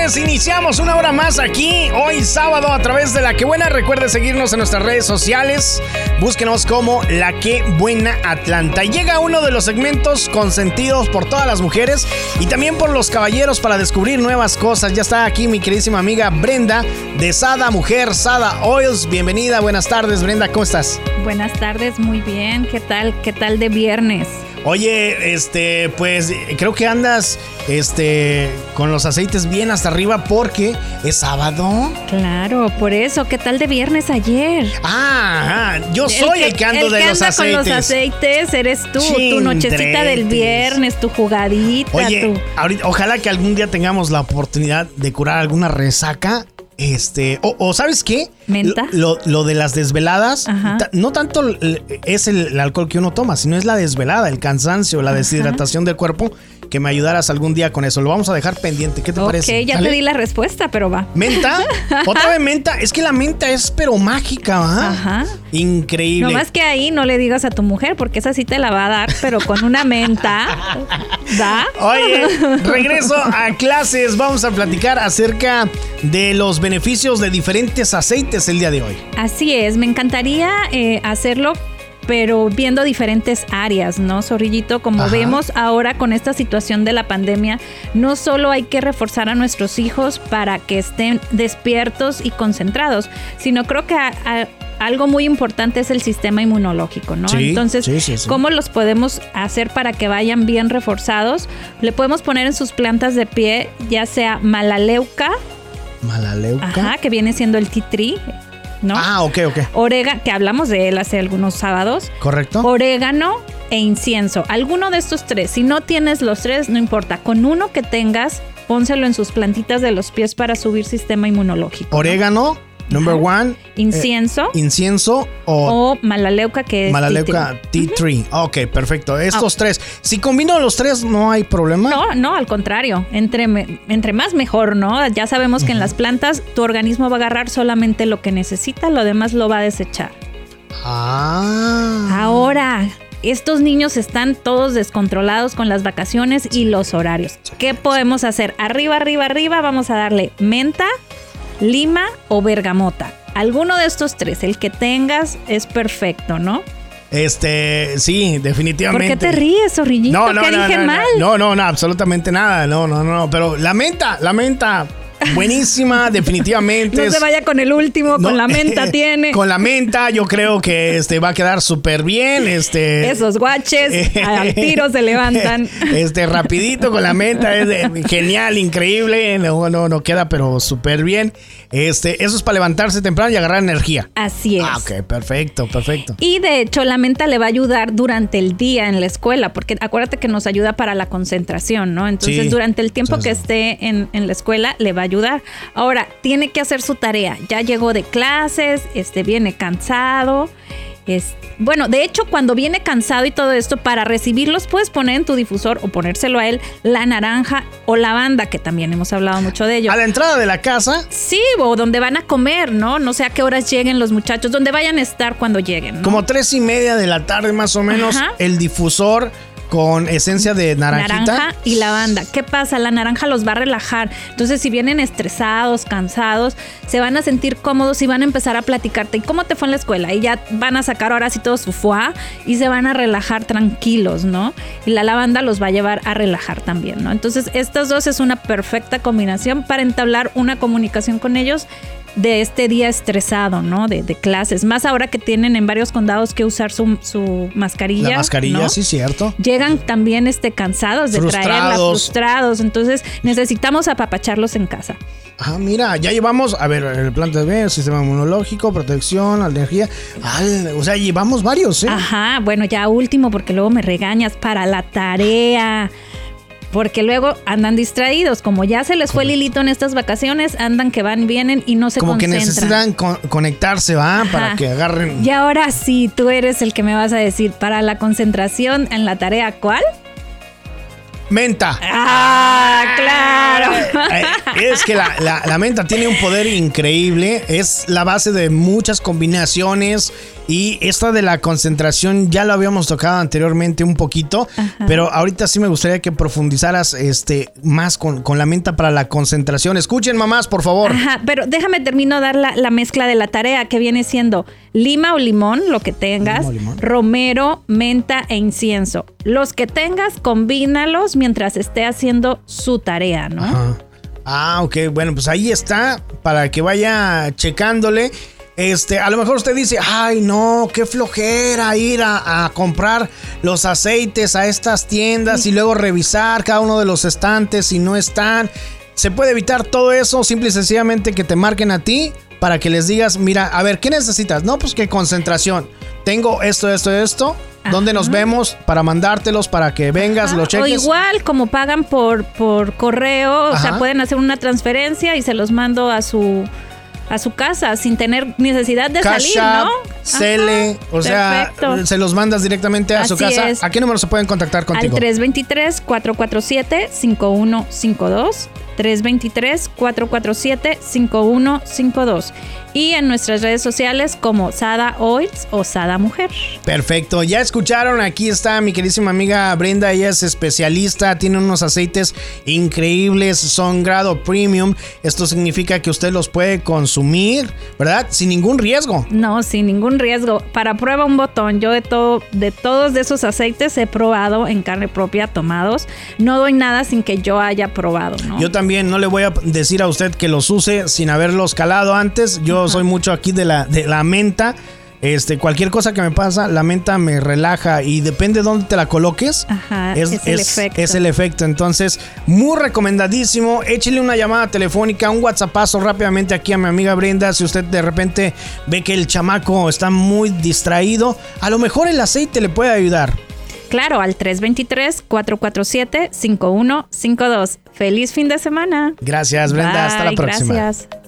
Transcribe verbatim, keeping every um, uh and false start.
viernes, iniciamos una hora más aquí, hoy sábado, a través de La Que Buena. Recuerde seguirnos en nuestras redes sociales, búsquenos como La Que Buena Atlanta. Y llega uno de los segmentos consentidos por todas las mujeres y también por los caballeros para descubrir nuevas cosas. Ya está aquí mi queridísima amiga Brenda de Sada Mujer, Sada Oils. Bienvenida, buenas tardes, Brenda, ¿cómo estás? Buenas tardes, muy bien, ¿qué tal? ¿Qué tal de viernes? Oye, este, pues creo que andas este con los aceites bien hasta arriba porque es sábado. Claro, por eso, ¿qué tal de viernes ayer? Ah, yo soy el que, el que ando el de que los anda aceites. Con los aceites eres tú, Chindretes. Tu nochecita del viernes, tu jugadita. Oye, tu... ahorita, ojalá que algún día tengamos la oportunidad de curar alguna resaca. Este, o, o ¿sabes qué? ¿Menta? Lo, lo de las desveladas, ta, no tanto es el, el alcohol que uno toma, sino es la desvelada, el cansancio, la deshidratación Ajá. del cuerpo. Que me ayudaras algún día con eso. Lo vamos a dejar pendiente. ¿Qué te okay, parece? Ok, ya ¿Vale? te di la respuesta, pero va. ¿Menta? ¿Otra vez menta? Es que la menta es pero mágica, ¿va? Ajá. Increíble. No más que ahí no le digas a tu mujer, porque esa sí te la va a dar, pero con una menta. ¿Da? Oye, regreso a clases. Vamos a platicar acerca de los beneficios de diferentes aceites el día de hoy. Así es, me encantaría eh, hacerlo, pero viendo diferentes áreas, ¿no, Zorrillito? Como Ajá. vemos ahora con esta situación de la pandemia, no solo hay que reforzar a nuestros hijos para que estén despiertos y concentrados, sino creo que a, a, algo muy importante es el sistema inmunológico, ¿no? Sí, Entonces, sí, sí, sí. ¿cómo los podemos hacer para que vayan bien reforzados? Le podemos poner en sus plantas de pie, ya sea malaleuca. Malaleuca. Ajá, que viene siendo el tea tree. ¿No? Ah, ok, ok. Orégano, que hablamos de él hace algunos sábados. Correcto. Orégano e incienso. Alguno de estos tres. Si no tienes los tres, no importa. Con uno que tengas, pónselo en sus plantitas de los pies para subir sistema inmunológico. Orégano, ¿no? Number one. Incienso. Eh, incienso o, o malaleuca, que es Malaleuca tea tree. Uh-huh. Ok, perfecto. Estos oh. tres. Si combino los tres, ¿no hay problema? No, no, al contrario. Entre, entre más mejor, ¿no? Ya sabemos que uh-huh. en las plantas tu organismo va a agarrar solamente lo que necesita, lo demás lo va a desechar. Ah. Ahora, estos niños están todos descontrolados con las vacaciones y los horarios. ¿Qué podemos hacer? Arriba, arriba, arriba, vamos a darle menta, lima o bergamota. Alguno de estos tres, el que tengas es perfecto, ¿no? Este, sí, definitivamente. ¿Por qué te ríes, Zorrillito? No, no, ¿Qué no, dije no, mal? No, no, no, absolutamente nada. No, no, no. Pero la menta, la menta, buenísima, definitivamente. No es, se vaya con el último, no, con la menta tiene. Con la menta, yo creo que este va a quedar súper bien. Este, Esos guaches al tiro se levantan. Este, rapidito con la menta, es de, genial, increíble. No, no, no queda, pero súper bien. Este, eso es para levantarse temprano y agarrar energía. Así es. Ah, ok, perfecto, perfecto. Y de hecho, la menta le va a ayudar durante el día en la escuela, porque acuérdate que nos ayuda para la concentración, ¿no? Entonces, sí, durante el tiempo sí, que sí. esté en, en la escuela, le va a ayudar. Ahora, tiene que hacer su tarea. Ya llegó de clases, este, viene cansado. Es, bueno, de hecho, cuando viene cansado y todo esto, para recibirlos puedes poner en tu difusor o ponérselo a él la naranja o lavanda, que también hemos hablado mucho de ello. ¿A la entrada de la casa? Sí, o donde van a comer, ¿no? No sé a qué horas lleguen los muchachos, donde vayan a estar cuando lleguen, ¿no? Como tres y media de la tarde más o menos. Ajá. El difusor con esencia de naranjita. Naranja y lavanda. ¿Qué pasa? La naranja los va a relajar. Entonces, si vienen estresados, cansados, se van a sentir cómodos y van a empezar a platicarte. ¿Y cómo te fue en la escuela? Y ya van a sacar ahora sí todo su foie y se van a relajar tranquilos, ¿no? Y la lavanda los va a llevar a relajar también, ¿no? Entonces, estas dos es una perfecta combinación para entablar una comunicación con ellos de este día estresado, ¿no? De, de clases. Más ahora que tienen en varios condados que usar su, su mascarilla. La mascarilla, ¿no? Sí, cierto. Llegan también este, cansados de frustrados. traerla, frustrados. Entonces necesitamos apapacharlos en casa. Ah, mira, ya llevamos, a ver, el plan de B, sistema inmunológico, protección, alergia. Ah, o sea, llevamos varios, ¿eh? Ajá, bueno, ya último, porque luego me regañas, para la tarea. Porque luego andan distraídos. Como ya se les fue Lilito en estas vacaciones, andan que van, vienen y no se Como concentran. Como que necesitan con- conectarse, ¿va? Ajá. Para que agarren. Y ahora sí, tú eres el que me vas a decir, para la concentración en la tarea, ¿cuál? Menta. ¡Ah, claro! Es que la, la, la menta tiene un poder increíble. Es la base de muchas combinaciones. Y esta de la concentración ya lo habíamos tocado anteriormente un poquito, Ajá. pero ahorita sí me gustaría que profundizaras este, más con, con la menta para la concentración. Escuchen, mamás, por favor. Ajá, pero déjame termino dar la, la mezcla de la tarea, que viene siendo lima o limón, lo que tengas, romero, menta e incienso. Los que tengas, combínalos mientras esté haciendo su tarea, ¿no? Ajá. Ah, ok, bueno, pues ahí está, para que vaya checándole. Este, a lo mejor usted dice, ay no, qué flojera ir a, a comprar los aceites a estas tiendas sí. y luego revisar cada uno de los estantes si no están. Se puede evitar todo eso, simple y sencillamente que te marquen a ti para que les digas, mira, a ver, ¿qué necesitas? No, pues que concentración. Tengo esto, esto, esto. ¿Dónde nos vemos? Para mandártelos, para que vengas, Ajá. lo cheques. O igual, como pagan por, por correo, Ajá. o sea, pueden hacer una transferencia y se los mando a su... a su casa sin tener necesidad de Cash salir, ¿no? Cele, Ajá, o sea, perfecto. Se los mandas directamente a Así su casa. Es. ¿A qué número se pueden contactar contigo? Al tres dos tres, cuatro cuatro siete, cinco uno cinco dos. tres dos tres, cuatro cuatro siete, cinco uno cinco dos. Y en nuestras redes sociales como Sada Oils o Sada Mujer. Perfecto, ya escucharon, aquí está mi queridísima amiga Brenda, ella es especialista, tiene unos aceites increíbles, son grado premium, esto significa que usted los puede consumir, ¿verdad? Sin ningún riesgo. No, sin ningún riesgo, para prueba un botón, yo de todo, de todos de esos aceites he probado en carne propia, tomados, no doy nada sin que yo haya probado, ¿no? Yo también no le voy a decir a usted que los use sin haberlos calado antes, yo soy mucho aquí de la, de la menta. Este, cualquier cosa que me pasa, la menta me relaja y depende de dónde te la coloques. Ajá, es, es, el es, efecto. es el efecto. Entonces, muy recomendadísimo. Échele una llamada telefónica, un WhatsAppazo rápidamente aquí a mi amiga Brenda. Si usted de repente ve que el chamaco está muy distraído, a lo mejor el aceite le puede ayudar. Claro, al tres dos tres, cuatro cuatro siete, cinco uno cinco dos. Feliz fin de semana. Gracias, Brenda. Bye, hasta la próxima. Gracias.